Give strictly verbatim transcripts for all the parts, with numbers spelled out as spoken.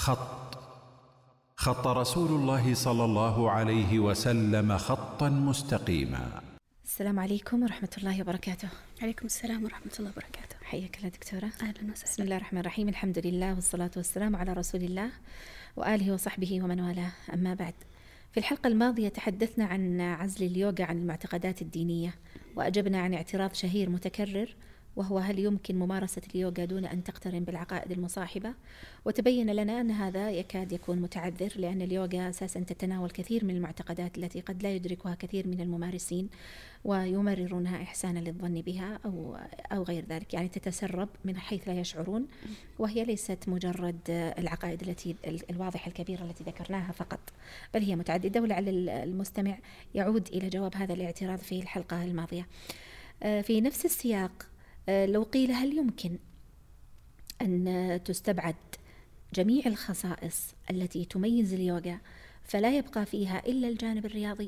خط خط رسول الله صلى الله عليه وسلم خطا مستقيما. السلام عليكم ورحمة الله وبركاته. عليكم السلام ورحمة الله وبركاته. حياك الله دكتورة. أهلا وسهلا. بسم الله الرحمن الرحيم، الحمد لله والصلاة والسلام على رسول الله وآله وصحبه ومن والاه، أما بعد. في الحلقة الماضية تحدثنا عن عزل اليوغا عن المعتقدات الدينية، وأجبنا عن اعتراض شهير متكرر، وهو هل يمكن ممارسة اليوغا دون أن تقترن بالعقائد المصاحبة؟ وتبين لنا أن هذا يكاد يكون متعذر، لأن اليوغا أساسا تتناول كثير من المعتقدات التي قد لا يدركها كثير من الممارسين ويمررونها إحسانا للظن بها أو أو غير ذلك، يعني تتسرب من حيث لا يشعرون، وهي ليست مجرد العقائد التي الواضحة الكبيرة التي ذكرناها فقط، بل هي متعددة. ولعل المستمع يعود إلى جواب هذا الاعتراض في الحلقة الماضية. في نفس السياق، لو قيل هل يمكن أن تستبعد جميع الخصائص التي تميز اليوغا فلا يبقى فيها إلا الجانب الرياضي؟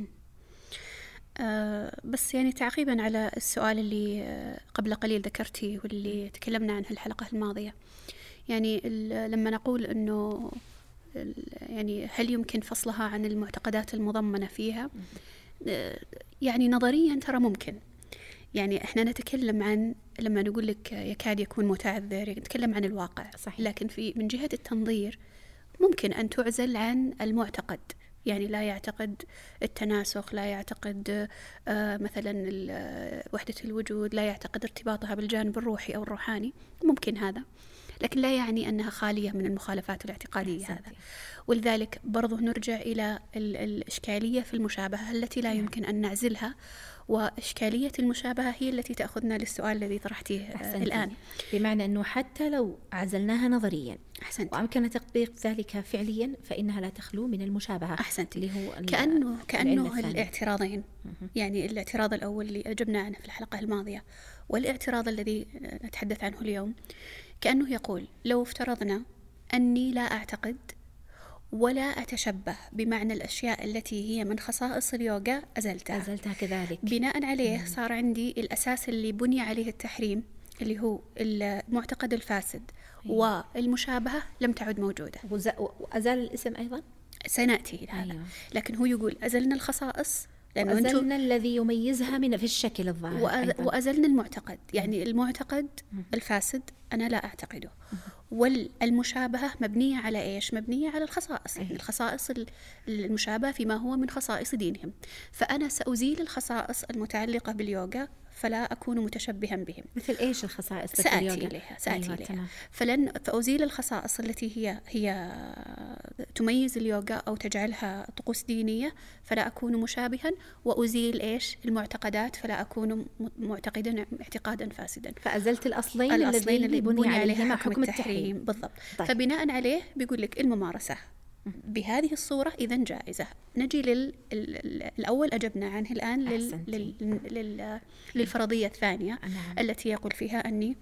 أه بس يعني تعقيبا على السؤال اللي قبل قليل ذكرتي واللي تكلمنا عنه الحلقة الماضية، يعني لما نقول أنه يعني هل يمكن فصلها عن المعتقدات المضمنة فيها، يعني نظريا ترى ممكن. يعني احنا نتكلم عن، لما نقول لك يكاد يكون متعذر، نتكلم عن الواقع. صحيح. لكن في من جهة التنظير ممكن أن تعزل عن المعتقد، يعني لا يعتقد التناسخ، لا يعتقد آه مثلا وحدة الوجود، لا يعتقد ارتباطها بالجانب الروحي أو الروحاني، ممكن هذا، لكن لا يعني أنها خالية من المخالفات الاعتقادية. هذا ولذلك برضو نرجع إلى الإشكالية في المشابهة التي لا يمكن أن نعزلها، وإشكالية المشابهة هي التي تأخذنا للسؤال الذي طرحتيه الآن، بمعنى أنه حتى لو عزلناها نظريا أحسنت. وأمكن تطبيق ذلك فعليا فإنها لا تخلو من المشابهة. أحسنت. اللي هو كأنه كأنه الاعتراضين، يعني الاعتراض الأول اللي أجبنا عنه في الحلقة الماضية والاعتراض الذي نتحدث عنه اليوم، كأنه يقول لو افترضنا أني لا أعتقد ولا أتشبه، بمعنى الأشياء التي هي من خصائص اليوغا أزلتها أزلتها كذلك. بناء عليه صار عندي الأساس اللي بني عليه التحريم، اللي هو المعتقد الفاسد، والمشابهة لم تعد موجودة. وأزال الاسم أيضا، سنأتي إلى هذا. أيوة. لكن هو يقول أزلنا الخصائص، وأزلنا الذي يميزها من في الشكل الظاهر، وأز... وأزلنا المعتقد، يعني المعتقد الفاسد أنا لا أعتقده، والمشابهة مبنية على إيش؟ مبنية على الخصائص، يعني الخصائص المشابهة فيما هو من خصائص دينهم، فأنا سأزيل الخصائص المتعلقة باليوغا فلا أكون متشبها بهم. مثل إيش الخصائص؟ سأتي إليها سأتي أيوة إليها. فلن فأزيل الخصائص التي هي هي تميز اليوغا أو تجعلها طقوس دينية فلا أكون مشابها، وأزيل إيش؟ المعتقدات فلا أكون معتقدا اعتقادا فاسدا. فأزلت الأصلين, الأصلين الذي بني عليهما حكم التحريم. بالضبط. طيب. فبناء عليه بيقول لك الممارسة بهذه الصورة إذن جائزة. نجي للأول أجبنا عنه الآن لل... لل... لل... للفرضية الثانية. نعم. التي يقول فيها أني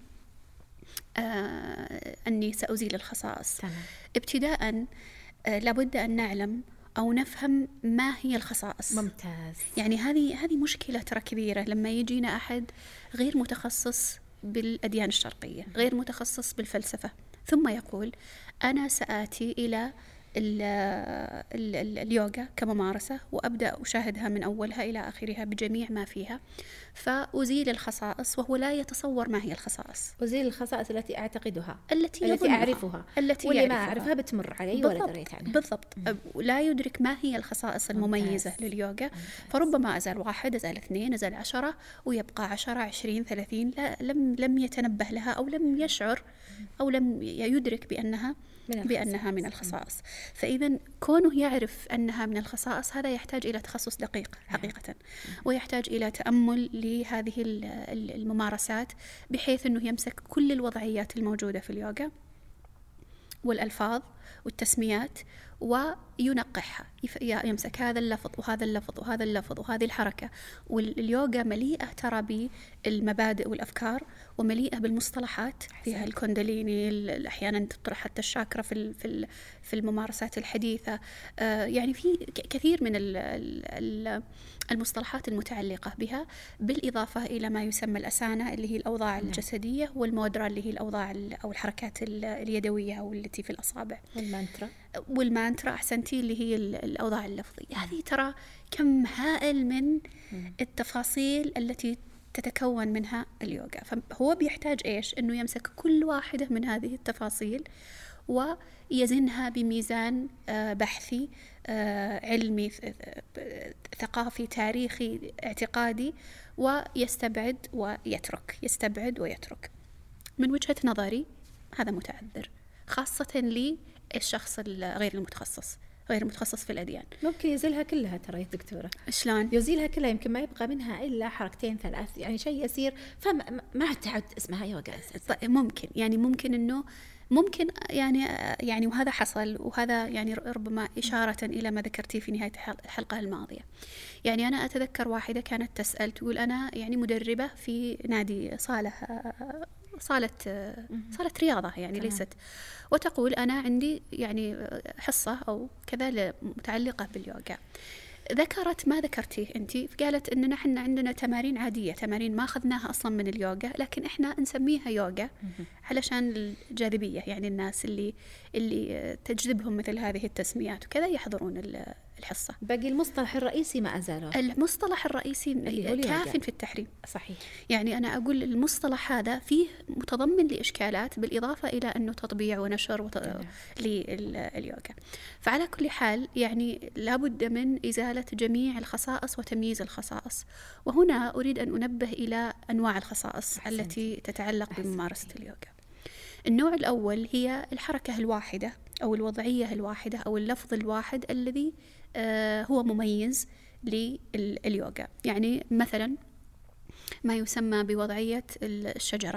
آه أني سأزيل الخصائص. تمام. ابتداء آه لابد أن نعلم أو نفهم ما هي الخصائص. ممتاز. يعني هذه هذه مشكلة ترى كبيرة لما يجينا أحد غير متخصص بالأديان الشرقية، غير متخصص بالفلسفة، ثم يقول أنا سآتي إلى ال ال ال اليوغا كممارسة وأبدأ أشاهدها من أولها إلى آخرها بجميع ما فيها، فأزيل الخصائص وهو لا يتصور ما هي الخصائص. أزيل الخصائص التي أعتقدها، التي, التي أعرفها، التي واللي يعرفها. ما أعرفها بتمر علي ولا دريت عنها. بالضبط. لا يدرك ما هي الخصائص المميزة ممتاز. لليوغا. فربما أزال واحد، أزال اثنين، أزال عشرة، ويبقى عشرة عشرين ثلاثين لا لم لم يتنبه لها أو لم يشعر أو لم يدرك بأنها من بأنها من الخصائص. فإذا كونه يعرف أنها من الخصائص هذا يحتاج إلى تخصص دقيق حقيقة، ويحتاج إلى تأمل لهذه الممارسات بحيث أنه يمسك كل الوضعيات الموجودة في اليوغا والألفاظ والتسميات وينقحها، يمسك هذا اللفظ وهذا اللفظ وهذا اللفظ وهذه الحركة. واليوغا مليئة ترى بالمبادئ والأفكار، ومليئة بالمصطلحات، فيها الكونداليني، أحيانا تطرح حتى الشاكرا في في في الممارسات الحديثة. يعني في كثير من المصطلحات المتعلقة بها، بالإضافة إلى ما يسمى الأسانا اللي هي الأوضاع الجسدية، والمودرا اللي هي الأوضاع أو الحركات اليدوية أو التي في الأصابع، والمانترا والمانترا أحسنتي اللي هي الأوضاع اللفظية. هذه ترى كم هائل من التفاصيل التي تتكون منها اليوغا. فهو بيحتاج إيش؟ إنه يمسك كل واحدة من هذه التفاصيل ويزنها بميزان بحثي علمي ثقافي تاريخي اعتقادي، ويستبعد ويترك، يستبعد ويترك. من وجهة نظري هذا متعذر، خاصة للشخص غير المتخصص، غير المتخصص في الأديان. ممكن يزيلها كلها ترى يا دكتورة. شلون؟ يزيلها كلها، يمكن ما يبقى منها إلا حركتين ثلاث، يعني شيء يسير، فما تعد اسمها يوغا. طيب ممكن، يعني ممكن إنه ممكن يعني يعني وهذا حصل، وهذا يعني ربما إشارة إلى ما ذكرتي في نهاية الحلقة الماضية. يعني أنا أتذكر واحدة كانت تسأل تقول أنا يعني مدربة في نادي صالة صالة صالة رياضة يعني طبعا. ليست، وتقول أنا عندي يعني حصة أو كذا متعلقة باليوغا. ذكرت ما ذكرتيه أنت، قالت إن نحن عندنا تمارين عادية، تمارين ما أخذناها أصلا من اليوغا، لكن إحنا نسميها يوغا علشان الجاذبية، يعني الناس اللي اللي تجذبهم مثل هذه التسميات وكذا يحضرون الحصة. باقي المصطلح الرئيسي ما أزاله. المصطلح الرئيسي كاف في التحريم. صحيح. يعني أنا أقول المصطلح هذا فيه متضمن لإشكالات، بالإضافة إلى أنه تطبيع ونشر وت... لليوغا. فعلى كل حال يعني لابد من إزالة جميع الخصائص وتمييز الخصائص. وهنا أريد أن أنبه إلى أنواع الخصائص أحسنت. التي تتعلق أحسنت. بممارسة اليوغا. النوع الأول هي الحركة الواحدة أو الوضعية الواحدة أو اللفظ الواحد الذي آه هو مميز لليوغا. يعني مثلا ما يسمى بوضعية الشجرة.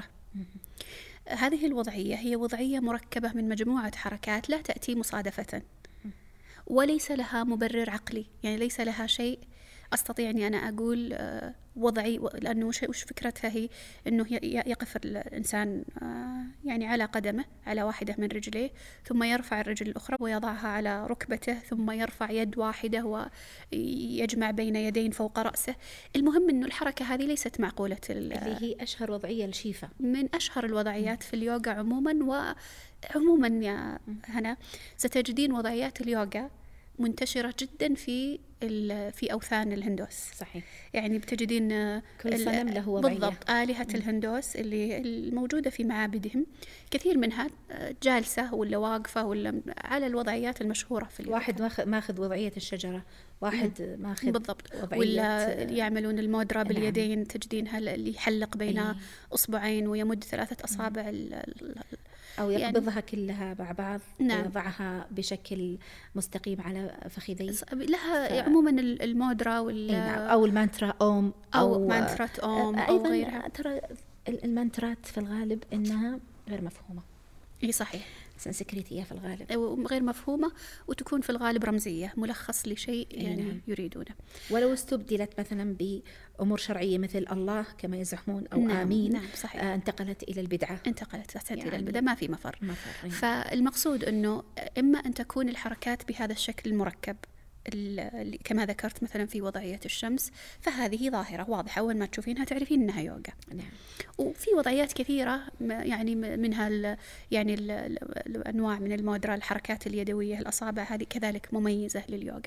هذه الوضعية هي وضعية مركبة من مجموعة حركات لا تأتي مصادفة، وليس لها مبرر عقلي، يعني ليس لها شيء أستطيع أني أنا أقول وضعي، لأنه وش فكرتها هي أنه يقف الإنسان يعني على قدمه، على واحدة من رجليه، ثم يرفع الرجل الأخرى ويضعها على ركبته، ثم يرفع يد واحدة ويجمع بين يدين فوق رأسه. المهم أنه الحركة هذه ليست معقولة، اللي هي أشهر وضعية لشيفا، من أشهر الوضعيات في اليوغا عموما. وعموما يا هنا ستجدين وضعيات اليوغا منتشرة جدا في في أوثان الهندوس. صحيح. يعني بتجدين كل صنم له وضعية. بالضبط. آلهة م. الهندوس اللي الموجودة في معابدهم كثير منها جالسة ولا واقفة ولا على الوضعيات المشهورة في اليوغا. واحد ماخذ وضعية الشجرة، واحد ماخذ بالضبط، ولا يعملون المودرا باليدين. نعم. تجدينها اللي يحلق بين أي. أصبعين ويمد ثلاثة أصابع أو يقبضها يعني كلها مع بعض. نعم. ويضعها بشكل مستقيم على فخذيه. لها ف... عموما المودرا وال... نعم. أو المانترا أوم أو, أو مانترا أوم أو أيضا غيرها. ترى المانترات في الغالب إنها غير مفهومة. إيه صحيح، سنسكريتية في الغالب غير مفهومة، وتكون في الغالب رمزية، ملخص لشيء يعني نعم. يريدونه. ولو استبدلت مثلا بأمور شرعية مثل الله كما يزعمون أو نعم. آمين. نعم. صحيح. آه انتقلت إلى البدعة، انتقلت يعني إلى البدعة، ما في مفر, مفر. فالمقصود أنه إما أن تكون الحركات بهذا الشكل المركب كما ذكرت مثلا في وضعية الشمس، فهذه ظاهرة واضحة، أول ما تشوفينها تعرفين أنها يوغا. نعم. وفي وضعيات كثيرة يعني منها ال يعني ال الأنواع من المودرا، الحركات اليدوية، الأصابع، هذه كذلك مميزة لليوغا.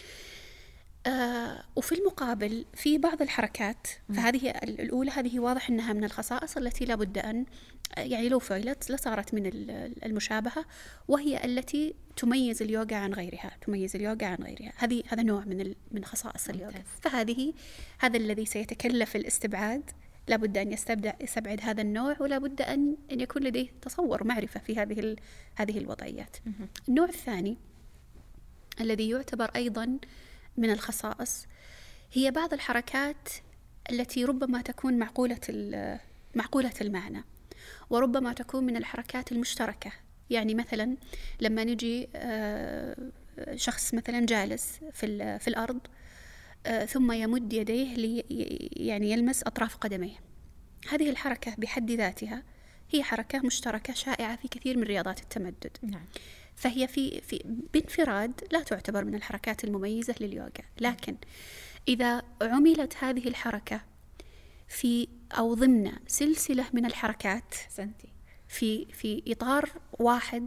آه وفي المقابل في بعض الحركات، فهذه الأولى هذه واضح أنها من الخصائص التي لابد أن يعني لو فعلت لصارت من المشابهة، وهي التي تميز اليوغا عن غيرها، تميز اليوغا عن غيرها. هذه هذا نوع من من خصائص اليوغا. فهذه هذا الذي سيتكلف الاستبعاد لابد أن يستبدأ يستبعد هذا النوع، ولا بد أن أن يكون لديه تصور معرفة في هذه هذه الوضعيات. النوع الثاني الذي يعتبر أيضا من الخصائص هي بعض الحركات التي ربما تكون معقولة معقولة المعنى، وربما تكون من الحركات المشتركة. يعني مثلا لما نجي شخص مثلا جالس في في الأرض ثم يمد يديه لي يعني يلمس أطراف قدميه. هذه الحركة بحد ذاتها هي حركة مشتركة شائعة في كثير من رياضات التمدد. نعم. فهي في في بانفراد لا تعتبر من الحركات المميزة لليوغا، لكن إذا عملت هذه الحركة في أو ضمن سلسلة من الحركات سنتي في في إطار واحد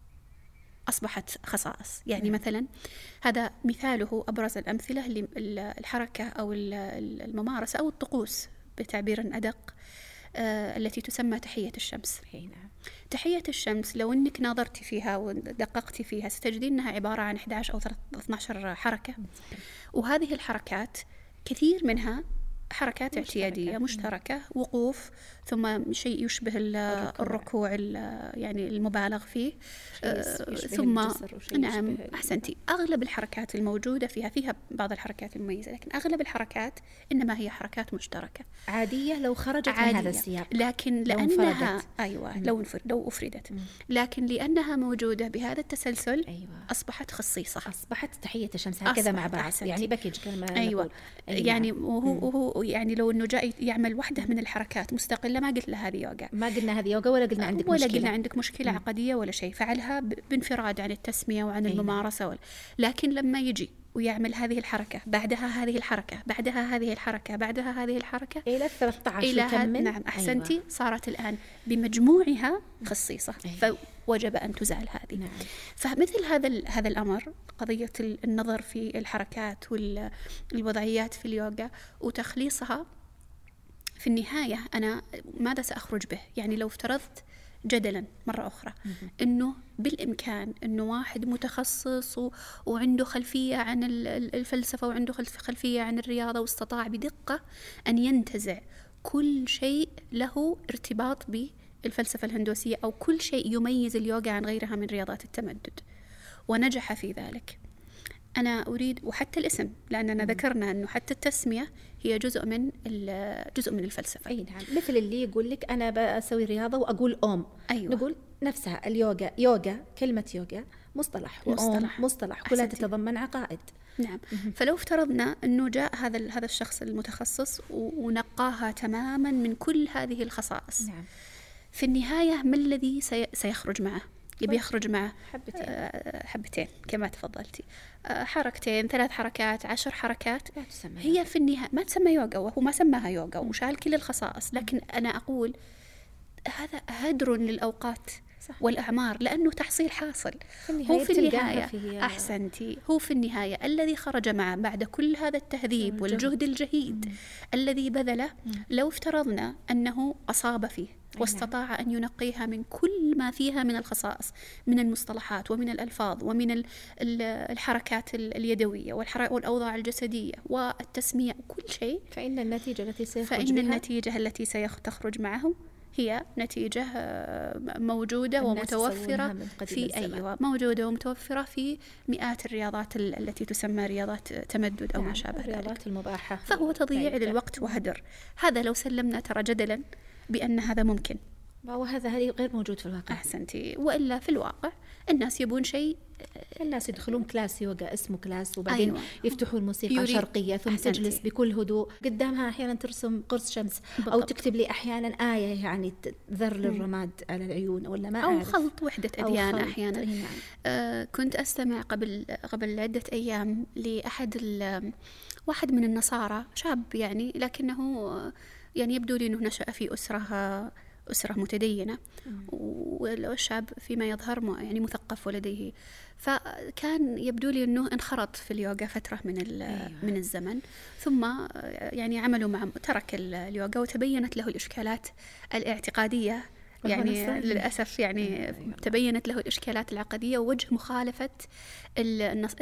أصبحت خصائص. يعني م. مثلا هذا مثاله أبرز الأمثلة للحركة أو الممارسة أو الطقوس بتعبير أدق آه التي تسمى تحية الشمس. نعم. تحية الشمس لو أنك ناظرتي فيها ودققتي فيها ستجدين أنها عبارة عن إحدى عشر أو اثنتي عشرة حركة، وهذه الحركات كثير منها حركات مشتركة. اعتيادية مشتركة، وقوف ثم شيء يشبه الركوع يعني المبالغ فيه، آه ثم نعم أحسنتي. أغلب الحركات الموجودة فيها فيها بعض الحركات المميزة، لكن أغلب الحركات إنما هي حركات مشتركة عادية لو خرجت عادية. من هذا السياق، لكن لأنها لو أيوة مم. لو لو أفردت مم. لكن لأنها موجودة بهذا التسلسل أيوة. أصبحت خصيصة، أصبحت تحية الشمس هكذا مع بعض. أحسنتي. يعني بكيج كلمة أيوة. أيوة يعني وهو, وهو يعني لو إنه جاء يعمل واحدة من الحركات مستقلة ما قلت له هذه يوغا، ما قلنا هذه يوغا ولا قلنا عندك ولا مشكلة، قلنا عندك مشكلة م. عقدية ولا شيء، فعلها بانفراد عن التسمية وعن أيوة. الممارسة ولا. لكن لما يجي ويعمل هذه الحركة بعدها هذه الحركة بعدها هذه الحركة بعدها هذه الحركة إلى ثلاثة عشر إلى يكمل. نعم أحسنتي. أيوة. صارت الآن بمجموعها خصيصة. أيوة. فوجب أن تزال هذه. نعم. فمثل هذا هذا الأمر قضية النظر في الحركات والوضعيات في اليوغا وتخليصها في النهاية أنا ماذا سأخرج به؟ يعني لو افترضت جدلا مرة أخرى أنه بالإمكان أنه واحد متخصص و... وعنده خلفية عن الفلسفة وعنده خلفية عن الرياضة واستطاع بدقة أن ينتزع كل شيء له ارتباط بالفلسفة الهندوسية أو كل شيء يميز اليوغا عن غيرها من رياضات التمدد ونجح في ذلك. أنا أريد، وحتى الاسم لأننا ذكرنا أنه حتى التسمية هي جزء من جزء من الفلسفة. أي نعم. مثل اللي يقول لك أنا بسوي رياضة وأقول أوم. أيوة. نقول نفسها اليوغا، يوغا كلمة يوغا مصطلح مصطلح مصطلح كلها تتضمن عقائد. نعم. فلو افترضنا أنه جاء هذا هذا الشخص المتخصص ونقاها تماما من كل هذه الخصائص. نعم. في النهاية ما الذي سيخرج معه؟ يبي يخرج معه حبتين حبتين كما تفضلتي، حركتين ثلاث حركات عشر حركات، هي في النهاية ما تسمى يوغا وهو ما سماها يوغا وشال كل الخصائص. لكن أنا أقول هذا هدر للأوقات صح. والأعمار، لأنه تحصيل حاصل. هو في النهاية في أحسنتي، هو في النهاية الذي خرج معه بعد كل هذا التهذيب الجهد. والجهد الجهيد مم. الذي بذله مم. لو افترضنا أنه أصاب فيه واستطاع أن ينقيها من كل ما فيها من الخصائص، من المصطلحات ومن الألفاظ ومن الحركات اليدوية والأوضاع الجسدية والتسمية وكل شيء، فإن النتيجة التي سيخرج فإن بها النتيجة التي سيخرج معه هي نتيجة موجودة ومتوفرة في أيوة موجودة ومتوفرة في مئات الرياضات التي تسمى رياضات تمدد أو نعم. ما شابه ذلك. الرياضات المباحة، فهو تضييع للوقت وهدر. هذا لو سلمنا ترى جدلا بأن هذا ممكن، وهذا هذه غير موجود في الواقع. أحسنتي. وإلا في الواقع الناس يبون شيء، الناس يدخلون كلاس يوغا اسمه كلاس وبعدين أيوة. يفتحون موسيقى يريد. شرقية ثم أحسنتي. تجلس بكل هدوء قدامها أحيانا ترسم قرص شمس بالضبط. أو تكتب لي أحيانا آية يعني ذر للرماد على العيون ولا ما أو أعرف. خلط وحدة أديان أحيانا. نعم. آه كنت أستمع قبل قبل عدة أيام لأحد واحد من النصارى، شاب يعني لكنه يعني يبدو لي أنه نشأ في أسرة أسرة متدينة والشاب فيما يظهر يعني مثقف ولديه، فكان يبدو لي أنه انخرط في اليوغا فترة من أيوة. من الزمن، ثم يعني عملوا مع ترك اليوغا وتبينت له الإشكالات الاعتقادية يعني للأسف يعني أيوة. تبينت له الإشكالات العقدية ووجه مخالفة النص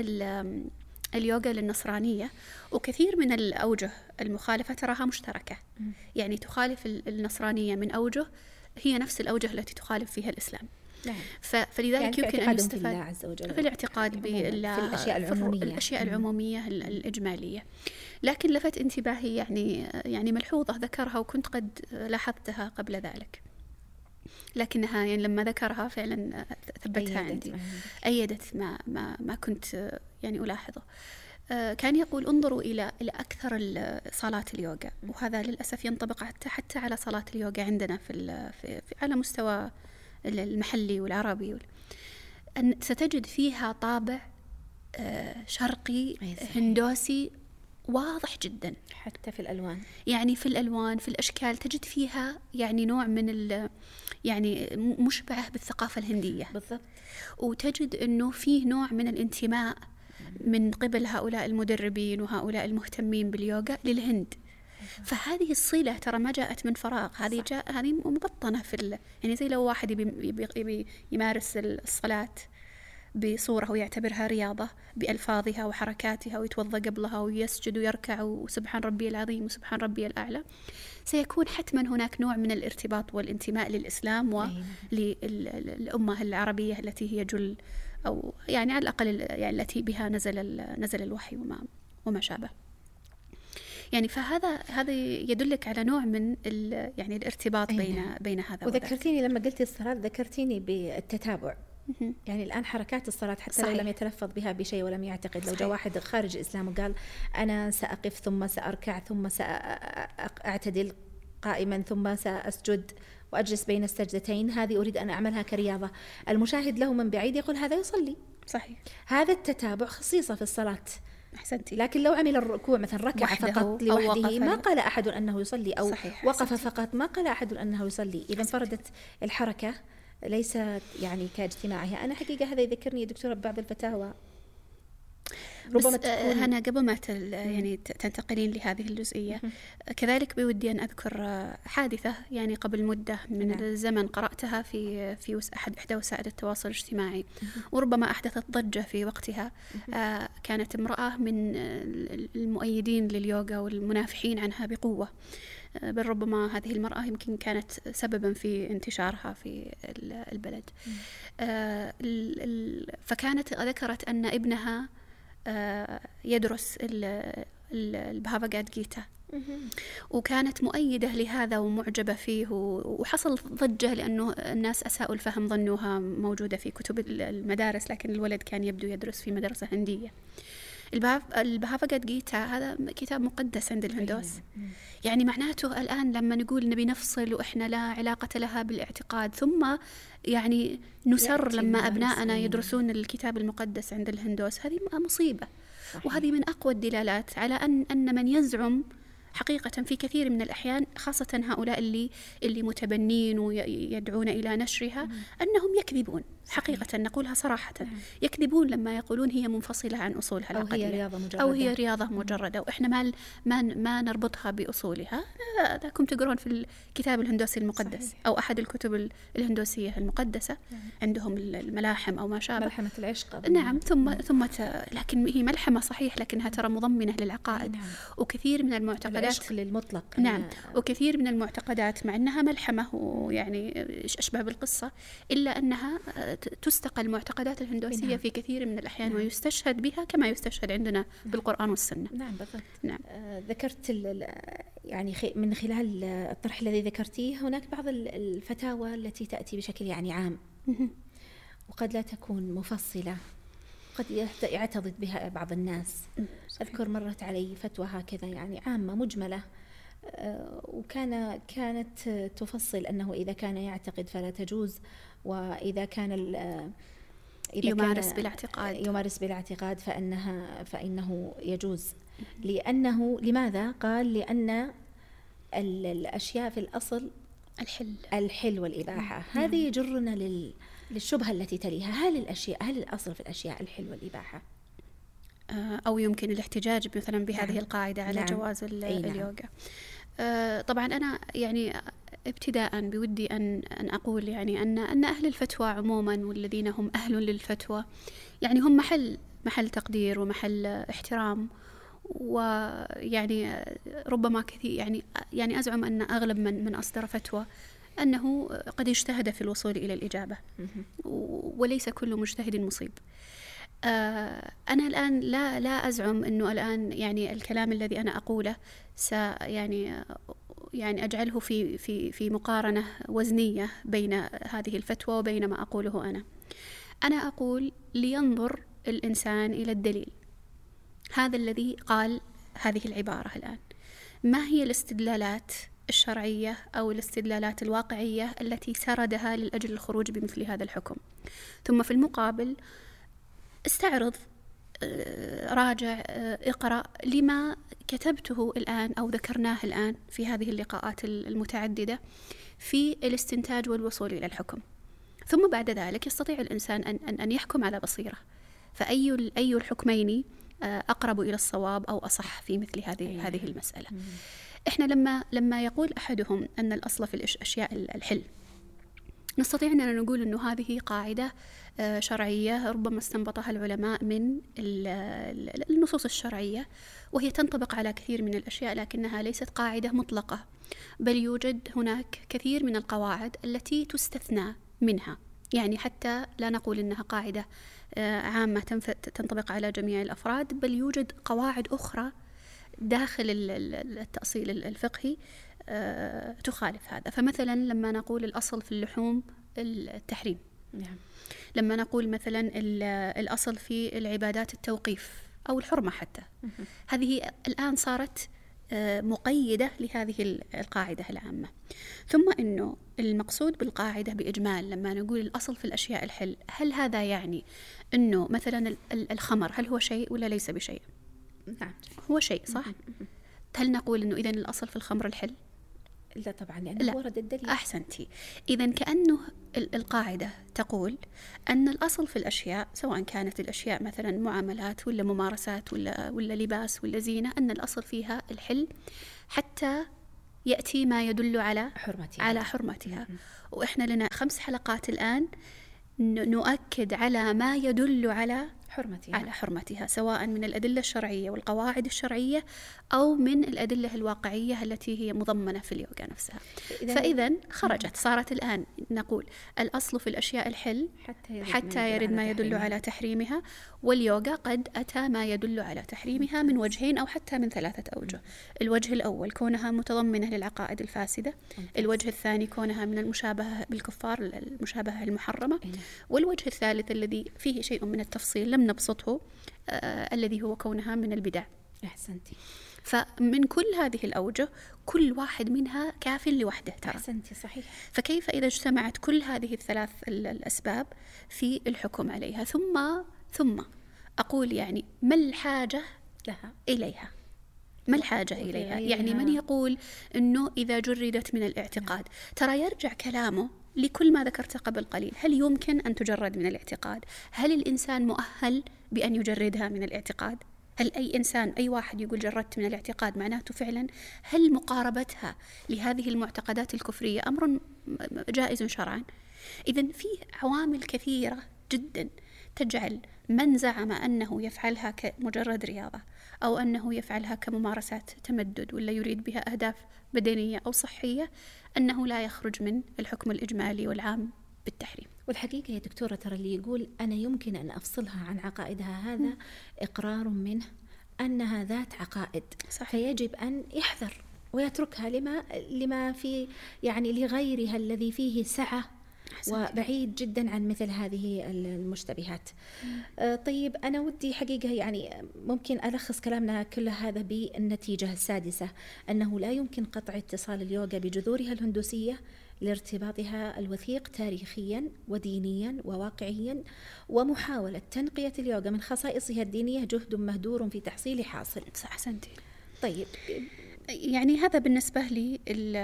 اليوغا للنصرانية، وكثير من الأوجه المخالفة تراها مشتركة. م. يعني تخالف النصرانية من أوجه هي نفس الأوجه التي تخالف فيها الإسلام. نعم. فلذلك يعني يمكن أن يستفاد في, في الاعتقاد بالله في الأشياء العمومية, الأشياء العمومية الإجمالية. لكن لفت انتباهي يعني يعني ملحوظة ذكرها وكنت قد لاحظتها قبل ذلك. لكنها يعني لما ذكرها فعلا ثبتها عندي، أيدت ما ما ما كنت يعني ألاحظه. كان يقول انظروا إلى إلى أكثر صالات اليوغا، وهذا للأسف ينطبق حتى حتى على صالات اليوغا عندنا في في, في على مستوى المحلي والعربي، أن ستجد فيها طابع شرقي هندوسي واضح جدا، حتى في الألوان، يعني في الألوان في الأشكال تجد فيها يعني نوع من ال يعني مشبعة بالثقافة الهندية بالضبط. وتجد أنه فيه نوع من الانتماء من قبل هؤلاء المدربين وهؤلاء المهتمين باليوغا للهند. فهذه الصلة ترى ما جاءت من فراغ، هذه جاء هذه مبطنة في ال... يعني زي لو واحد يبي, يبي, يبي يمارس الصلاة بصورة ويعتبرها رياضة بألفاظها وحركاتها ويتوضأ قبلها ويسجد ويركع وسبحان ربي العظيم وسبحان ربي الأعلى، سيكون حتما هناك نوع من الارتباط والانتماء للإسلام وللأمة العربية التي هي جل أو يعني على الأقل يعني التي بها نزل نزل الوحي وما وما شابه. يعني فهذا هذا يدلك على نوع من يعني الارتباط بين بين هذا وذاك. وذكرتيني لما قلتي الصلاة ذكرتيني بالتتابع. يعني الآن حركات الصلاة حتى صحيح. لو لم يتلفظ بها بشيء ولم يعتقد، لو جاء واحد خارج الإسلام وقال أنا سأقف ثم سأركع ثم سأعتدل قائما ثم سأسجد وأجلس بين السجدتين، هذه أريد أن أعملها كرياضة، المشاهد له من بعيد يقول هذا يصلي. صحيح. هذا التتابع خصيصة في الصلاة. أحسنتي. لكن لو عمل الركوع مثلا ركع فقط لوحده ما قال أحد أنه يصلي، أو صحيح. وقف فقط ما قال أحد أنه يصلي. إذا انفردت الحركة ليس يعني كاجتماعها. أنا حقيقة هذا يذكرني دكتورة ببعض الفتاوى ربما تكون أنا قبل ما يعني تنتقلين لهذه الجزئية كذلك بودي أن أذكر حادثة يعني قبل مدة من نعم. الزمن قرأتها في في أحد إحدى وسائل التواصل الاجتماعي، وربما أحدثت ضجة في وقتها. آه كانت امرأة من المؤيدين لليوغا والمنافحين عنها بقوة، بل ربما هذه المرأة يمكن كانت سببا في انتشارها في البلد. آه فكانت ذكرت أن ابنها يدرس البهافاغاد جيتا، وكانت مؤيدة لهذا ومعجبة فيه، وحصل ضجة لأنه الناس أساءوا الفهم، ظنوها موجودة في كتب المدارس، لكن الولد كان يبدو يدرس في مدرسة هندية. البهافاغاد جيتا هذا كتاب مقدس عند الهندوس، يعني معناته الآن لما نقول نبي نفصل وإحنا لا علاقة لها بالاعتقاد، ثم يعني نسر لما أبناءنا يدرسون الكتاب المقدس عند الهندوس، هذه مصيبة. صحيح. وهذه من أقوى الدلالات على أن أن من يزعم حقيقة في كثير من الأحيان، خاصة هؤلاء اللي اللي متبنين ويدعون إلى نشرها، مم. أنهم يكذبون. صحيح. حقيقة نقولها صراحة، مم. يكذبون لما يقولون هي منفصلة عن أصولها العقدية، أو هي رياضة مجردة، أو هي رياضة مجردة، وإحنا ما ما ما نربطها بأصولها. هذاكم تقرون في الكتاب الهندوسي المقدس. صحيح. أو أحد الكتب الهندوسية المقدسة، مم. عندهم الملاحم أو ما شابه، ملحمة العشق. نعم. ثم مم. ثم ت... لكن هي ملحمة صحيح، لكنها ترى مضمنة للعقائد. نعم. وكثير من المعتقدات العشق للمطلق. نعم. وكثير من المعتقدات مع أنها ملحمة ويعني أشبه بالقصة، إلا أنها تستقى المعتقدات الهندوسية. نعم. في كثير من الأحيان. نعم. ويستشهد بها كما يستشهد عندنا. نعم. بالقرآن والسنة. نعم بالضبط. نعم. آه ذكرت يعني من خلال الطرح الذي ذكرتيه هناك بعض الفتاوى التي تأتي بشكل يعني عام وقد لا تكون مفصلة، قد يعتضد بها بعض الناس. صحيح. أذكر مرت علي فتوى هكذا يعني عامة مجملة، وكان كانت تفصل أنه إذا كان يعتقد فلا تجوز، وإذا كان إذا يمارس كان بالاعتقاد يمارس بالاعتقاد فإنها فإنه يجوز. لأنه لماذا؟ قال لأن الأشياء في الأصل الحل الحل والإباحة. م- هذه يجرنا لل للشبهة التي تليها، هل الأشياء هل الأصل في الأشياء الحل والإباحة؟ أو يمكن الاحتجاج مثلا بهذه. نعم. القاعدة على. نعم. جواز اليوغا. نعم. طبعا أنا يعني ابتداء بودي أن أن أقول يعني أن أن أهل الفتوى عموما والذين هم أهل للفتوى يعني هم محل محل تقدير ومحل احترام، ويعني ربما كثير يعني يعني أزعم أن أغلب من من أصدر فتوى أنه قد اجتهد في الوصول إلى الإجابة، وليس كل مجتهد مصيب. أنا الآن لا لا أزعم أنه الآن يعني الكلام الذي أنا أقوله س يعني يعني أجعله في في في مقارنة وزنية بين هذه الفتوى وبين ما أقوله أنا. أنا أقول لينظر الإنسان إلى الدليل، هذا الذي قال هذه العبارة الآن، ما هي الاستدلالات الشرعية أو الاستدلالات الواقعية التي سردها لأجل الخروج بمثل هذا الحكم. ثم في المقابل استعرض، راجع، اقرأ لما كتبته الآن أو ذكرناه الآن في هذه اللقاءات المتعددة في الاستنتاج والوصول إلى الحكم. ثم بعد ذلك يستطيع الإنسان أن أن يحكم على بصيرة، فأي أي الحكمين أقرب إلى الصواب أو أصح في مثل هذه هذه المسألة. إحنا لما لما يقول أحدهم أن الأصل في الأشياء الحل، نستطيع أن نقول أنه هذه قاعدة شرعية ربما استنبطها العلماء من النصوص الشرعية، وهي تنطبق على كثير من الأشياء، لكنها ليست قاعدة مطلقة، بل يوجد هناك كثير من القواعد التي تستثنى منها. يعني حتى لا نقول أنها قاعدة عامة تنطبق على جميع الأفراد، بل يوجد قواعد أخرى داخل التأصيل الفقهي تخالف هذا. فمثلا لما نقول الأصل في اللحوم التحريم، نعم. لما نقول مثلا الأصل في العبادات التوقيف أو الحرمة حتى، هذه الآن صارت مقيدة لهذه القاعدة العامة. ثم أنه المقصود بالقاعدة بإجمال لما نقول الأصل في الأشياء الحل، هل هذا يعني أنه مثلا الخمر هل هو شيء ولا ليس بشيء؟ نعم هو شيء، صح؟ هل نقول أنه إذن الأصل في الخمر الحل؟ لا طبعا، لأنه ورد الدليل. أحسنتي. إذن كأنه القاعدة تقول أن الأصل في الأشياء، سواء كانت الأشياء مثلا معاملات ولا ممارسات ولا ولا لباس ولا زينة، أن الأصل فيها الحل حتى يأتي ما يدل على حرمتها على حرمتها. وإحنا لنا خمس حلقات الآن نؤكد على ما يدل على حرمتها على حرمتها، سواء من الأدلة الشرعية والقواعد الشرعية أو من الأدلة الواقعية التي هي مضمنة في اليوغا نفسها. فإذا خرجت، صارت الآن نقول الأصل في الأشياء الحل حتى يرد, حتى يرد ما يدل على تحريمها، واليوغا قد أتى ما يدل على تحريمها من وجهين أو حتى من ثلاثة أوجه. الوجه الأول كونها متضمنة للعقائد الفاسدة، الوجه الثاني كونها من المشابهة بالكفار، المشابهة المحرمة، والوجه الثالث الذي فيه شيء من التفصيل لم نبسطه، آه الذي هو كونها من البدع. أحسنتي. فمن كل هذه الأوجه كل واحد منها كاف لوحده ترى. أحسنتي، صحيح. فكيف إذا اجتمعت كل هذه الثلاث الأسباب في الحكم عليها؟ ثم ثم أقول يعني ما الحاجة لها إليها؟ ما الحاجة إليها؟ يعني من يقول أنه إذا جردت من الاعتقاد، ترى يرجع كلامه لكل ما ذكرت قبل قليل. هل يمكن أن تجرد من الاعتقاد؟ هل الإنسان مؤهل بأن يجردها من الاعتقاد؟ هل أي إنسان، أي واحد يقول جردت من الاعتقاد معناته فعلا هل مقاربتها لهذه المعتقدات الكفرية أمر جائز شرعا؟ إذن في عوامل كثيرة جدا تجعل من زعم أنه يفعلها كمجرد رياضة أو أنه يفعلها كممارسات تمدد ولا يريد بها أهداف بدنية أو صحية أنه لا يخرج من الحكم الإجمالي والعام بالتحريم. والحقيقة يا دكتورة ترى اللي يقول أنا يمكن أن أفصلها عن عقائدها هذا م. إقرار منه أنها ذات عقائد، صح. فيجب أن يحذر ويتركها لما لما في يعني لغيرها الذي فيه سعة وبعيد جدا عن مثل هذه المشتبهات. آه طيب أنا ودي حقيقة يعني ممكن ألخص كلامنا كل هذا بالنتيجة السادسة، أنه لا يمكن قطع اتصال اليوغا بجذورها الهندوسية لارتباطها الوثيق تاريخيا ودينيا وواقعيا، ومحاولة تنقية اليوغا من خصائصها الدينية جهد مهدور في تحصيل حاصل. أحسنتي. طيب يعني هذا بالنسبة لي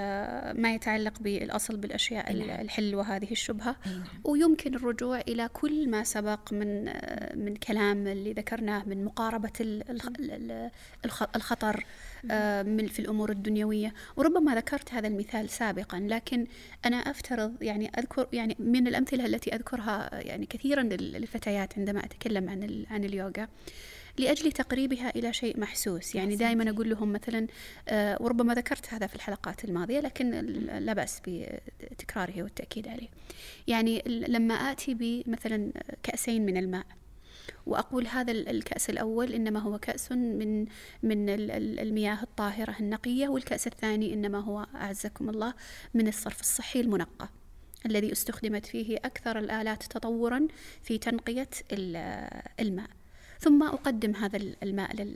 ما يتعلق بالأصل بالأشياء الحل وهذه الشبهة. ويمكن الرجوع إلى كل ما سبق من من كلام اللي ذكرناه من مقاربة الخطر من في الأمور الدنيوية. وربما ذكرت هذا المثال سابقا، لكن أنا أفترض يعني أذكر يعني من الأمثلة التي أذكرها يعني كثيرا للفتيات عندما أتكلم عن عن اليوغا لأجل تقريبها إلى شيء محسوس. يعني دائما أقول لهم مثلا، آه وربما ذكرت هذا في الحلقات الماضية لكن لا بأس بتكراره والتأكيد عليه. يعني لما آتي بمثلا كأسين من الماء وأقول هذا الكأس الأول إنما هو كأس من من المياه الطاهرة النقية، والكأس الثاني إنما هو أعزكم الله من الصرف الصحي المنقى الذي استخدمت فيه أكثر الآلات تطوراً في تنقية الماء. ثم أقدم هذا الماء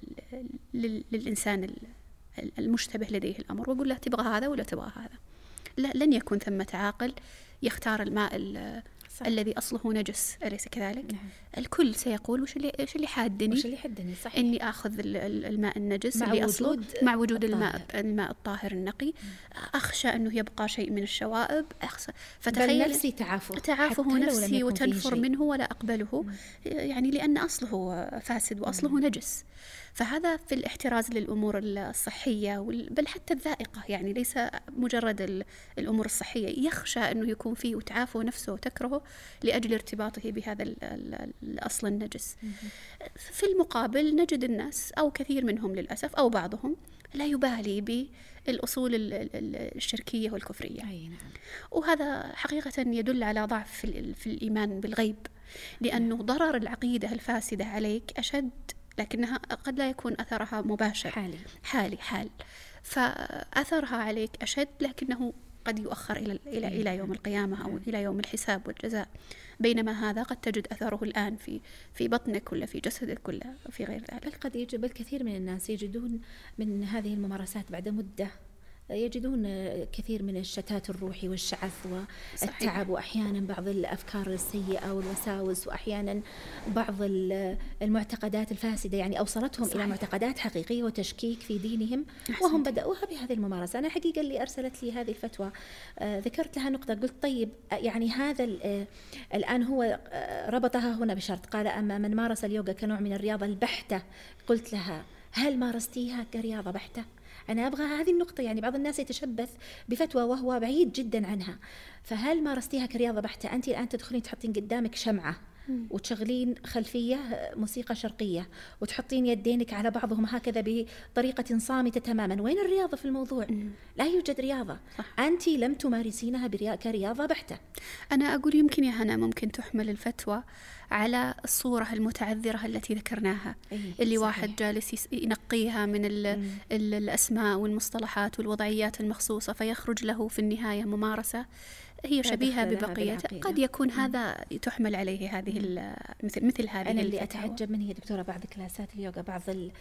للإنسان المشتبه لديه الأمر وأقول له تبغى هذا ولا تبغى هذا. لا، لن يكون ثمة عاقل يختار الماء صح. الذي أصله نجس، أليس كذلك؟ نعم. الكل سيقول وش اللي وش اللي حادني وش اللي حدني صحيح إني آخذ الماء النجس مع اللي وجود أصله مع وجود الطاهر. الماء الماء الطاهر النقي. أخشى أنه يبقى شيء من الشوائب، أخشى فتخيل نفسي تعافه تعافه نفسي وتنفر منه ولا أقبله. مم. يعني لأن أصله فاسد وأصله مم. نجس. فهذا في الاحتراز للأمور الصحية بل حتى الذائقة، يعني ليس مجرد الأمور الصحية، يخشى أنه يكون فيه وتعافه نفسه وتكرهه لأجل ارتباطه بهذا الأصل النجس. في المقابل نجد الناس أو كثير منهم للأسف أو بعضهم لا يبالي بالأصول الشركية والكفرية. أي نعم. وهذا حقيقة يدل على ضعف في الإيمان بالغيب، لأنه ضرر العقيدة الفاسدة عليك أشد، لكنها قد لا يكون أثرها مباشر حالي حالي حال فأثرها عليك أشد، لكنه قد يؤخر إلى إلى إلى يوم القيامة أو إلى يوم الحساب والجزاء، بينما هذا قد تجد أثره الآن في في بطنك ولا في جسدك ولا في غير ذلك. بل قد يجب الكثير من الناس يجدون من هذه الممارسات بعد مدة يجدون كثير من الشتات الروحي والشعث والتعب صحيح. وأحيانا بعض الأفكار السيئة والوساوس، وأحيانا بعض المعتقدات الفاسدة يعني أوصلتهم صحيح. إلى معتقدات حقيقية وتشكيك في دينهم أحسنت. وهم بدأوها بهذه الممارسة. أنا حقيقة اللي أرسلت لي هذه الفتوى آه ذكرت لها نقطة، قلت طيب يعني هذا آه الآن هو آه ربطها هنا بشرط، قال أما من مارس اليوغا كنوع من الرياضة البحتة. قلت لها هل مارستيها كرياضة بحتة؟ أنا أبغى هذه النقطة، يعني بعض الناس يتشبث بفتوى وهو بعيد جدا عنها. فهل مارستيها كرياضة بحتة؟ أنت الآن تدخلين تحطين قدامك شمعة وتشغلين خلفية موسيقى شرقية وتحطين يدينك على بعضهم هكذا بطريقة صامتة تماما، وين الرياضة في الموضوع؟ لا يوجد رياضة. صح. أنت لم تمارسينها كرياضة بحتة. أنا أقول يمكن يا هنا ممكن تحمل الفتوى على الصورة المتعذرة التي ذكرناها، أيه اللي صحيح. واحد جالس ينقيها من ال ال الأسماء والمصطلحات والوضعيات المخصوصة، فيخرج له في النهاية ممارسة هي شبيهة ببقية. قد يكون هذا تحمل عليه هذه مثل مثل هذه. أنا اللي أتعجب منه يا دكتورة بعض كلاسات اليوغا، بعض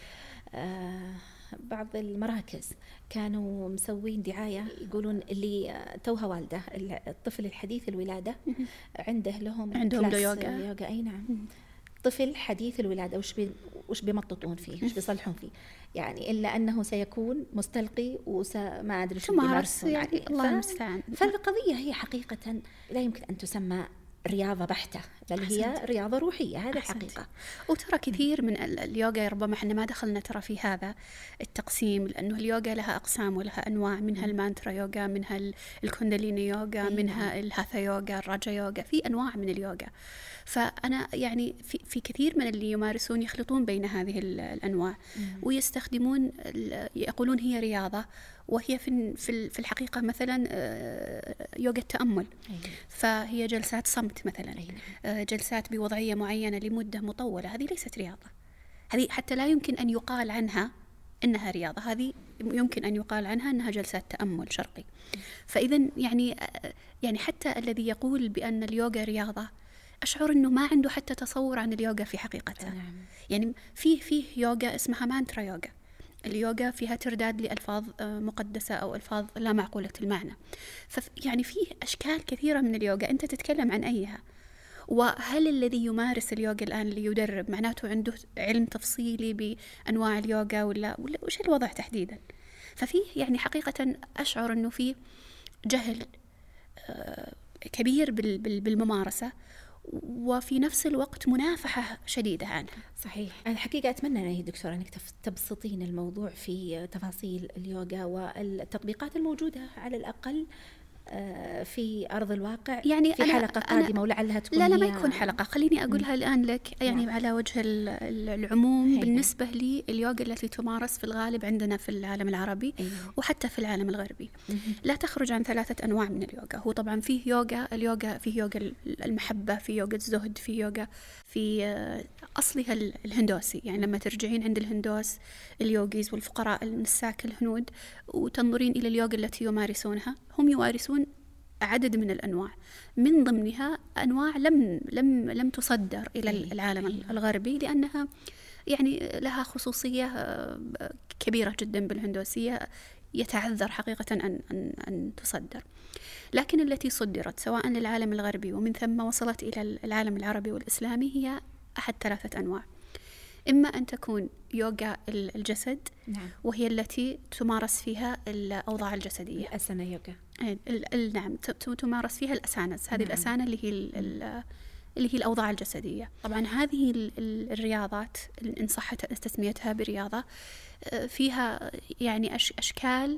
آه بعض المراكز كانوا مسوين دعاية يقولون اللي توها والدة الطفل الحديث الولادة عنده لهم عندهم يوغا. اليوغا أي نعم. طفل حديث الولادة وش بي وش بيمططون فيه وش بيصلحون فيه، يعني إلا أنه سيكون مستلقي وما أدري شو بيمارسون يعني. الله المستعان. فالقضية هي حقيقة لا يمكن أن تسمى رياضة بحتة، بل هي أحسنت. رياضة روحية، هذا الحقيقة. وترى كثير من اليوغا ربما احنا ما دخلنا ترى في هذا التقسيم، لأنه اليوغا لها أقسام ولها أنواع، منها المانترا يوغا، منها الكونداليني يوغا، منها الهاثا يوغا، الراجا يوغا، في أنواع من اليوغا. فأنا يعني في, في كثير من اللي يمارسون يخلطون بين هذه الأنواع ويستخدمون يقولون هي رياضة وهي في في الحقيقة مثلا يوغا التأمل. فهي جلسات صمت مثلا، جلسات بوضعية معينة لمدة مطولة، هذه ليست رياضة. هذه حتى لا يمكن أن يقال عنها إنها رياضة، هذه يمكن أن يقال عنها أنها جلسات تأمل شرقي. فإذا يعني يعني حتى الذي يقول بأن اليوغا رياضة أشعر أنه ما عنده حتى تصور عن اليوغا في حقيقتها. نعم. يعني فيه فيه يوغا اسمها مانترا يوغا، اليوغا فيها ترداد لألفاظ مقدسة أو ألفاظ لا معقولة المعنى. فيعني فيه أشكال كثيرة من اليوغا، أنت تتكلم عن أيها؟ وهل الذي يمارس اليوغا الآن اللي يدرب معناته عنده علم تفصيلي بأنواع اليوغا ولا ولا وش الوضع تحديدا؟ ففيه يعني حقيقة أشعر أنه فيه جهل كبير بالممارسة، وفي نفس الوقت منافحة شديدة عنها. صحيح. أنا الحقيقة أتمنى يا دكتورة أنك تبسطين الموضوع في تفاصيل اليوغا والتطبيقات الموجودة على الأقل في أرض الواقع يعني في حلقة قادمة ولعلها تكون لا لا ما يكون حلقة، خليني أقولها الآن لك يعني نعم. على وجه العموم. هينا. بالنسبة لي اليوغا التي تمارس في الغالب عندنا في العالم العربي أيوة. وحتى في العالم الغربي مم. لا تخرج عن ثلاثة أنواع من اليوغا. هو طبعا فيه يوغا اليوغا فيه يوغا المحبة، في يوغا الزهد، في يوغا في أصلها الهندوسي. يعني لما ترجعين عند الهندوس اليوغيز والفقراء النساك الهنود وتنظرين إلى اليوغا التي يمارسونها، هم يمارسون عدد من الأنواع، من ضمنها أنواع لم لم لم تصدر إلى العالم الغربي لأنها يعني لها خصوصية كبيرة جدا بالهندوسية يتعذر حقيقة أن أن أن تصدر. لكن التي صدرت سواء للعالم الغربي ومن ثم وصلت إلى العالم العربي والإسلامي هي أحد ثلاثة أنواع. إما أن تكون يوغا الجسد نعم. وهي التي تمارس فيها الأوضاع الجسدية، الأسانا يوغا. نعم، تمارس فيها الأسانس. هذه نعم. الأسانة اللي هي اللي هي الأوضاع الجسدية. طبعا هذه الرياضات إن صحت تسميتها برياضة فيها يعني أشكال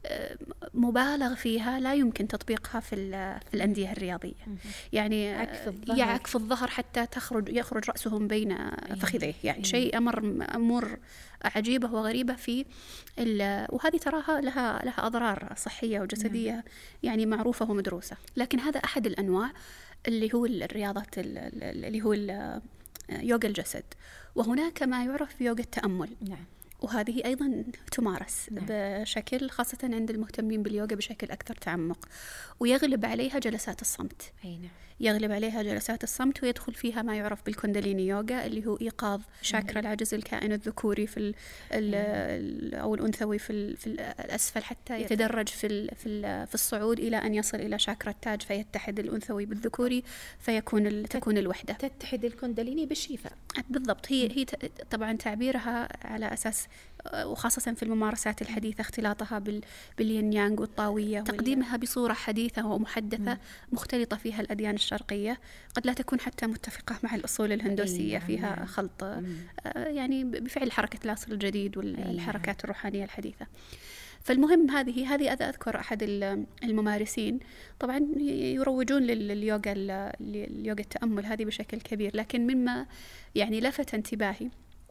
مبالغ فيها لا يمكن تطبيقها في في الأندية الرياضية. يعني يعكف الظهر حتى تخرج يخرج رأسهم بين فخذيه، يعني شيء أمر أمور عجيبة وغريبة في وهذه تراها لها لها أضرار صحية وجسدية يعني معروفة ومدروسة. لكن هذا أحد الأنواع اللي هو الرياضات اللي هو يوغا الجسد. وهناك ما يعرف بيوغا التأمل نعم. وهذه أيضا تمارس نعم. بشكل خاصة عند المهتمين باليوغا بشكل أكثر تعمق، ويغلب عليها جلسات الصمت. أي نعم. يغلب عليها جلسات الصمت ويدخل فيها ما يعرف بالكونداليني يوغا اللي هو إيقاظ شاكرا العجز الكائن الذكوري في ال ال أو الأنثوي في, ال في الأسفل حتى يتدرج في ال في, ال في الصعود إلى أن يصل إلى شاكرا التاج فيتحد الأنثوي بالذكوري فيكون تكون الوحدة. تتحد الكونداليني بالشفاء بالضبط. هي هي طبعا تعبيرها على أساس وخاصة في الممارسات الحديثة اختلاطها بالين يانغ والطاوية، تقديمها بصورة حديثة ومحدثة مختلطة فيها الأديان الشرقية قد لا تكون حتى متفقة مع الأصول الهندوسية، فيها خلط يعني بفعل حركة العصر الجديد والحركات الروحانية الحديثة. فالمهم هذه هذه أذكر أحد الممارسين طبعا يروجون لليوغا اليوغا التأمل هذه بشكل كبير. لكن مما يعني لفت انتباهي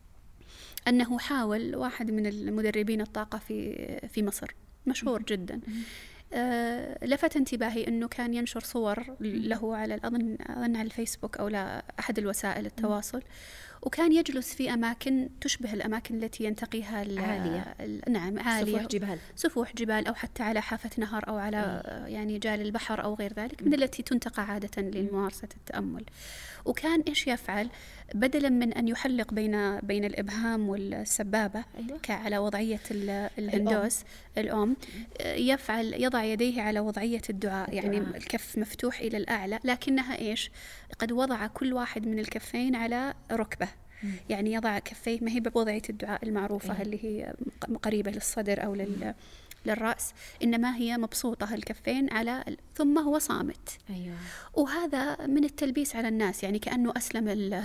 أنه حاول واحد من المدربين الطاقة في في مصر مشهور جدا، آه لفت انتباهي أنه كان ينشر صور له على أظن أظن على الفيسبوك أو لا أحد الوسائل التواصل، وكان يجلس في أماكن تشبه الأماكن التي ينتقيها عالية. نعم عالية، سفوح جبال سفوح جبال أو حتى على حافة نهر أو على أي. يعني جال البحر أو غير ذلك من التي تنتقى عادة لممارسة التأمل. وكان إيش يفعل؟ بدلا من أن يحلق بين بين الإبهام والسبابة أيوة. على وضعية الهندوس الأم، يفعل يضع يديه على وضعية الدعاء، يعني الكف مفتوح إلى الأعلى، لكنها إيش قد وضع كل واحد من الكفين على ركبة، يعني يضع كفيه ما هي بوضعية الدعاء المعروفة أيوة. اللي هي قريبة للصدر أو لل للرأس، إنما هي مبسوطة الكفين على ثم هو صامت أيوة. وهذا من التلبيس على الناس، يعني كأنه أسلم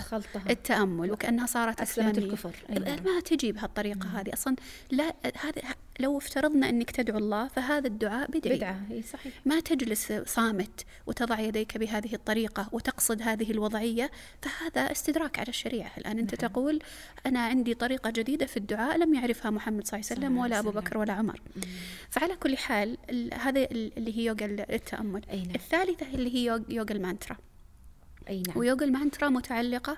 التأمل وكأنها صارت أسلمت الكفر أيوة. ما تجي بهالطريقة هذه أصلا. لا هذا لو افترضنا أنك تدعو الله فهذا الدعاء بدعي بدعة صحيح. ما تجلس صامت وتضع يديك بهذه الطريقة وتقصد هذه الوضعية، فهذا استدراك على الشريعة. الآن أنت نعم. تقول أنا عندي طريقة جديدة في الدعاء لم يعرفها محمد صلى الله عليه وسلم ولا أبو بكر ولا عمر. مم. فعلى كل حال هذا اللي هي يوغا التأمل. نعم. الثالثة اللي هي يوغا المانترا. أي نعم. ويوغا المانترا متعلقة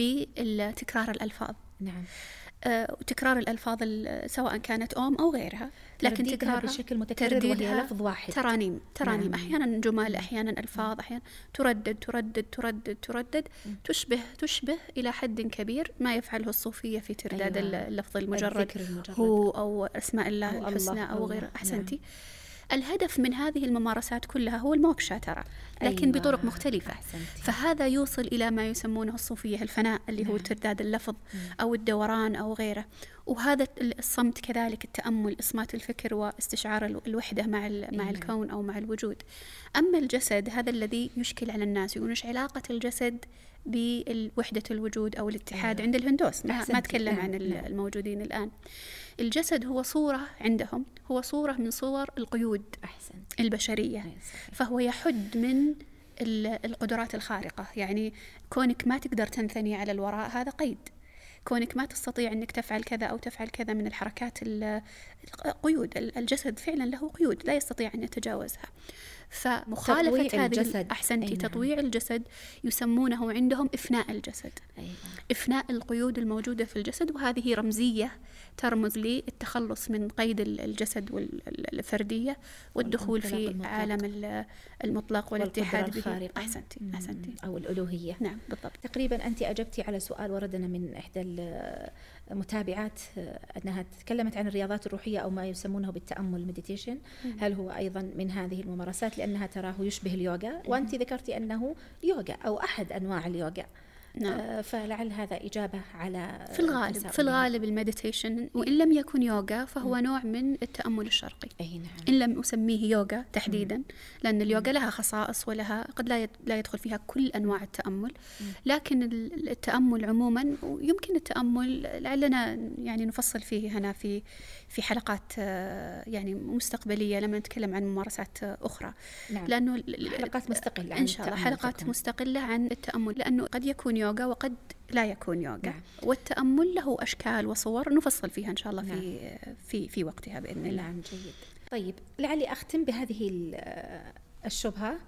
بتكرار الألفاظ. نعم. آه، وتكرار الألفاظ سواء كانت أم أو غيرها، لكن تكرارها بشكل متكرر وهي لفظ واحد. ترانيم ترانيم نعم. أحيانا جمال أحيانا ألفاظ أحيانا تردد تردد تردد تردد م. تشبه تشبه إلى حد كبير ما يفعله الصوفية في ترداد أيوة. اللفظ المجرد, المجرد هو أو أسماء الله أو الحسنى أو غيره. أحسنتي نعم. الهدف من هذه الممارسات كلها هو الموكشة ترى، لكن أيوة. بطرق مختلفة. أحسنتي. فهذا يوصل إلى ما يسمونه الصوفية الفناء اللي نعم. هو ترداد اللفظ م. أو الدوران أو غيره. وهذا الصمت كذلك التأمل، إصمات الفكر واستشعار الوحدة مع أيوة. مع الكون أو مع الوجود. أما الجسد هذا الذي يشكل على الناس، يقولون إيش علاقة الجسد بوحدة الوجود أو الاتحاد عند الهندوس، ما, ما أتكلم عن الموجودين الآن. الجسد هو صورة عندهم، هو صورة من صور القيود أحسنت. البشرية، فهو يحد من القدرات الخارقة. يعني كونك ما تقدر تنثني على الوراء هذا قيد، كونك ما تستطيع أنك تفعل كذا أو تفعل كذا من الحركات القيود. الجسد فعلا له قيود لا يستطيع أن يتجاوزها. فمخالفة هذه الجسد أحسنتي تطويع الجسد يسمونه عندهم إفناء الجسد، أيها. إفناء القيود الموجودة في الجسد، وهذه رمزية ترمز للتخلص من قيد الجسد والفردية والدخول في المطلق. عالم المطلق والاتحاد به. أحسنتي أحسنتي أو الألوهية. نعم بالضبط. تقريبا أنت أجبتي على سؤال وردنا من إحدى المتابعات أنها تكلمت عن الرياضات الروحية أو ما يسمونه بالتأمل مديتيشن، هل هو أيضا من هذه الممارسات لأنها تراه يشبه اليوغا، وأنت ذكرتي أنه يوغا أو أحد أنواع اليوغا. نعم. آه فلعل هذا إجابة على في الغالب في الغالب المديتيشن، وإن لم يكن يوغا فهو م. نوع من التأمل الشرقي. أي نعم. إن لم أسميه يوغا تحديدا م. لأن اليوغا لها خصائص ولها قد لا لا يدخل فيها كل أنواع التأمل، م. لكن التأمل عموما يمكن التأمل لعلنا يعني نفصل فيه هنا في في حلقات يعني مستقبلية لما نتكلم عن ممارسات أخرى. نعم. لأنه حلقات مستقلة إن شاء الله حلقات فكرة. مستقلة عن التأمل، لأنه قد يكون يوغا وقد لا يكون يوغا. نعم. والتأمل له أشكال وصور نفصل فيها إن شاء الله. نعم. في في في وقتها بإذن الله. نعم جيد. طيب لعلي أختم بهذه الشبهة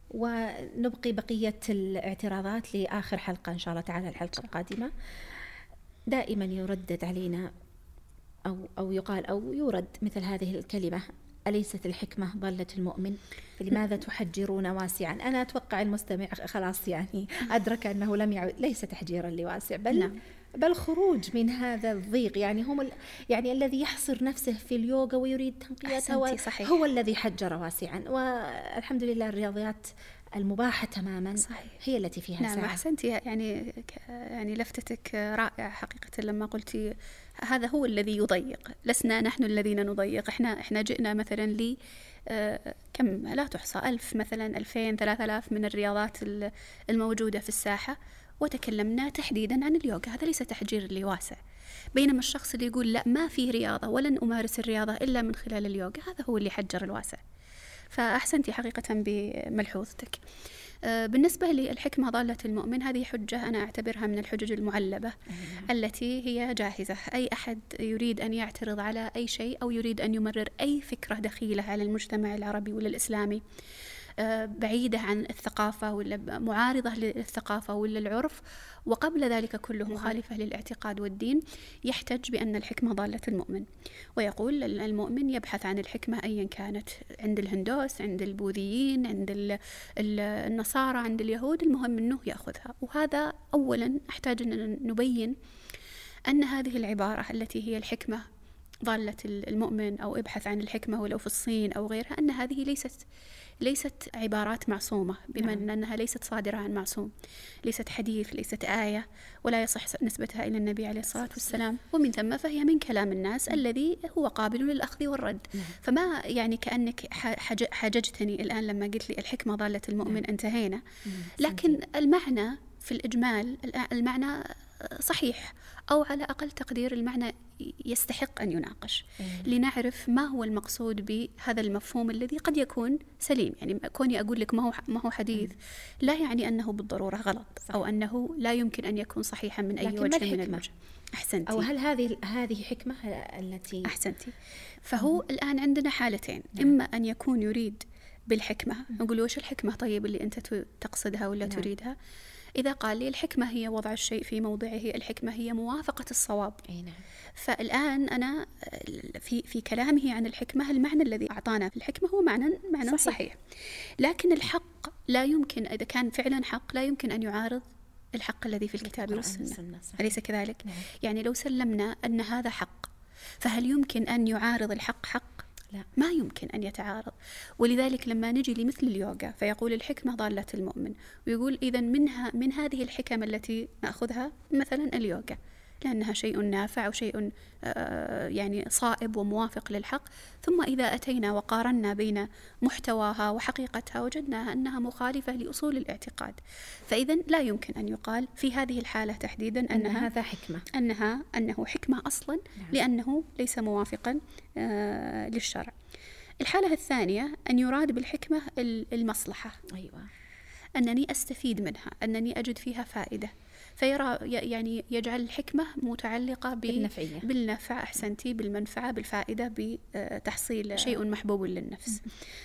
ونبقي بقية الاعتراضات لآخر حلقة إن شاء الله تعالى، الحلقة القادمة. دائما يردد علينا أو أو يقال أو يورد مثل هذه الكلمة: أليست الحكمة ضالة المؤمن؟ لماذا تحجرون واسعا؟ أنا أتوقع المستمع خلاص يعني أدرك أنه لم يعد ليس تحجيرا لواسع، بل نعم. بل خروج من هذا الضيق. يعني هم ال... يعني الذي يحصر نفسه في اليوغا ويريد تنقيتها هو... هو الذي حجر واسعا. والحمد لله الرياضيات المباحة تماما صحيح. هي التي فيها نعم ساعة. أحسنتي. يعني يعني لفتتك رائعة حقيقة لما قلتي هذا هو الذي يضيق، لسنا نحن الذين نضيق. احنا احنا جئنا مثلا لي آه كم لا تحصى ألف مثلا ألفين ثلاثة آلاف من الرياضات الموجودة في الساحة، وتكلمنا تحديدا عن اليوغا. هذا ليس تحجير لواسع. بينما الشخص اللي يقول لا ما في رياضة ولن أمارس الرياضة إلا من خلال اليوغا، هذا هو اللي حجر الواسع. فأحسنتي حقيقة بملحوظتك. بالنسبة للحكمة ضالة المؤمن، هذه حجة أنا أعتبرها من الحجج المعلبة التي هي جاهزة. أي أحد يريد أن يعترض على أي شيء أو يريد أن يمرر أي فكرة دخيلة على المجتمع العربي ولا الإسلامي بعيدة عن الثقافة ولا معارضة للثقافة ولا العرف، وقبل ذلك كله مخالفة للاعتقاد والدين، يحتج بأن الحكمة ضالة المؤمن، ويقول المؤمن يبحث عن الحكمة أيا كانت، عند الهندوس، عند البوذيين، عند النصارى، عند اليهود، المهم أنه يأخذها. وهذا أولا أحتاج أن نبين أن هذه العبارة التي هي الحكمة ضالة المؤمن أو ابحث عن الحكمة ولو في الصين أو غيرها، أن هذه ليست ليست عبارات معصومة، بما نعم. أنها ليست صادرة عن معصوم، ليست حديث، ليست آية، ولا يصح نسبتها إلى النبي عليه الصلاة والسلام، ومن ثم فهي من كلام الناس نعم. الذي هو قابل للأخذ والرد. نعم. فما يعني كأنك حججتني الآن لما قلت لي الحكمة ضالة المؤمن. نعم. انتهينا. نعم. لكن المعنى في الإجمال المعنى صحيح، أو على أقل تقدير المعنى يستحق أن يناقش. إيه. لنعرف ما هو المقصود بهذا المفهوم الذي قد يكون سليم. يعني كوني أقول لك ما هو ما هو حديث، لا يعني أنه بالضرورة غلط. صحيح. أو أنه لا يمكن أن يكون صحيحا من أي وجه من الوجه. أحسنتي. أو هل هذه هذه حكمة التي أحسنتي. فهو مم. الآن عندنا حالتين. نعم. إما أن يكون يريد بالحكمة، نقول وش الحكمة طيب اللي أنت تقصدها ولا نعم. تريدها؟ إذا قال لي الحكمة هي وضع الشيء في موضعه، الحكمة هي موافقة الصواب. أي نعم. فالآن أنا في في كلامه عن الحكمة، المعنى الذي أعطانا في الحكمة هو معنى معنى صحيح. صحيح. لكن الحق لا يمكن، إذا كان فعلا حق، لا يمكن أن يعارض الحق الذي في الكتاب والسنة. أليس كذلك؟ نعم. يعني لو سلمنا أن هذا حق، فهل يمكن أن يعارض الحق حق؟ لا، ما يمكن أن يتعارض. ولذلك لما نجي لمثل اليوغا فيقول الحكمة ضالة المؤمن، ويقول إذن منها من هذه الحكم التي نأخذها مثلا اليوغا، لأنها شيء نافع وشيء يعني صائب وموافق للحق. ثم إذا أتينا وقارنا بين محتواها وحقيقتها وجدناها أنها مخالفة لأصول الاعتقاد، فإذا لا يمكن أن يقال في هذه الحالة تحديدا أنها أن هذا حكمة أنها أنه حكمة أصلا، نعم. لأنه ليس موافقا للشرع. الحالة الثانية أن يراد بالحكمة المصلحة، أيوة. أنني أستفيد منها، أنني أجد فيها فائدة، فيرى يعني يجعل الحكمة متعلقة بالنفعية، بالنفع، أحسنتي، بالمنفعة، بالفائدة، بتحصيل شيء محبوب للنفس.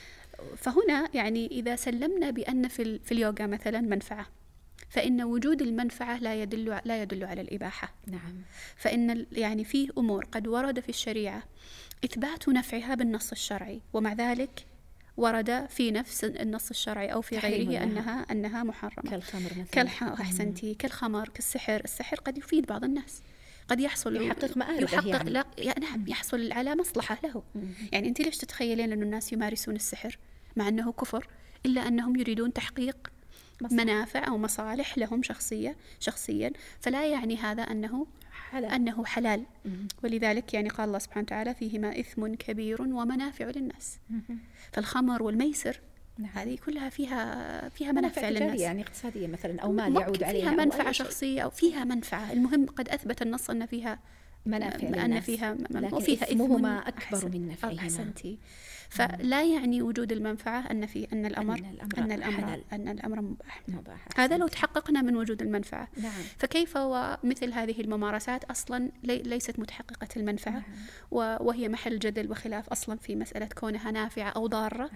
فهنا يعني إذا سلمنا بأن في في اليوغا مثلا منفعة، فإن وجود المنفعة لا يدل لا يدل على الإباحة. نعم. فإن يعني فيه أمور قد ورد في الشريعة إثبات نفعها بالنص الشرعي، ومع ذلك ورد في نفس النص الشرعي أو في غيره أنها أنها محرمة، كالخمر مثلا. كالح... أحسنتي كالخمر، كالسحر. السحر قد يفيد بعض الناس، قد يحصل يحقق مآربه، يحقق يعني. لا... نعم، يحصل على مصلحة له. مم. يعني أنت ليش تتخيلين أن الناس يمارسون السحر مع أنه كفر، إلا أنهم يريدون تحقيق مصلحة. منافع أو مصالح لهم شخصية شخصيا، فلا يعني هذا أنه حلال. أنه حلال. مم. ولذلك يعني قال الله سبحانه وتعالى فيهما إثم كبير ومنافع للناس. مم. فالخمر والميسر، نعم. هذه كلها فيها فيها منافع للناس، يعني اقتصادية مثلا أو مال يعود عليها، فيها منفعة شخصية أو فيها منفعة. المهم قد أثبت النص أن فيها منافع أن للناس، فيها لكن وفيها إثمهما أكبر من نفعهما. أحسنتي. فلا يعني وجود المنفعة أن في أن الأمر أن الأمر أن الأمر, حلال. أن الأمر مباح. مباح. هذا لو تحققنا من وجود المنفعة. نعم. فكيف ومثل هذه الممارسات أصلا لي ليست متحققة المنفعة. نعم. وهي محل جدل وخلاف أصلا في مسألة كونها نافعة أو ضارة.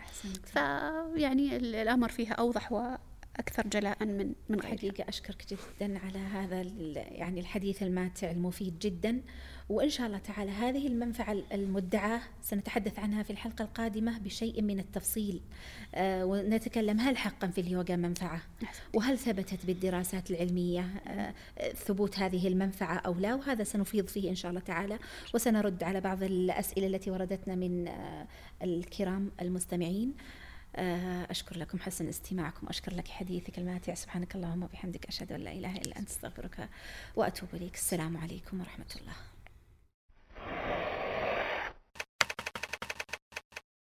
فيعني الأمر فيها أوضح وأكثر جلاء من من غيرها. حقيقة أشكرك جدا على هذا يعني الحديث الماتع المفيد جدا، وإن شاء الله تعالى هذه المنفعة المدعاة سنتحدث عنها في الحلقة القادمة بشيء من التفصيل، آه ونتكلم هل حقا في اليوغا منفعة، وهل ثبتت بالدراسات العلمية آه ثبوت هذه المنفعة أو لا، وهذا سنفيض فيه إن شاء الله تعالى، وسنرد على بعض الأسئلة التي وردتنا من آه الكرام المستمعين. أشكر لكم حسن استماعكم، أشكر لك حديثك الماتع. سبحانك اللهم وبحمدك، أشهد أن لا إله إلا أنت، أستغفرك وأتوب إليك. السلام عليكم ورحمة الله.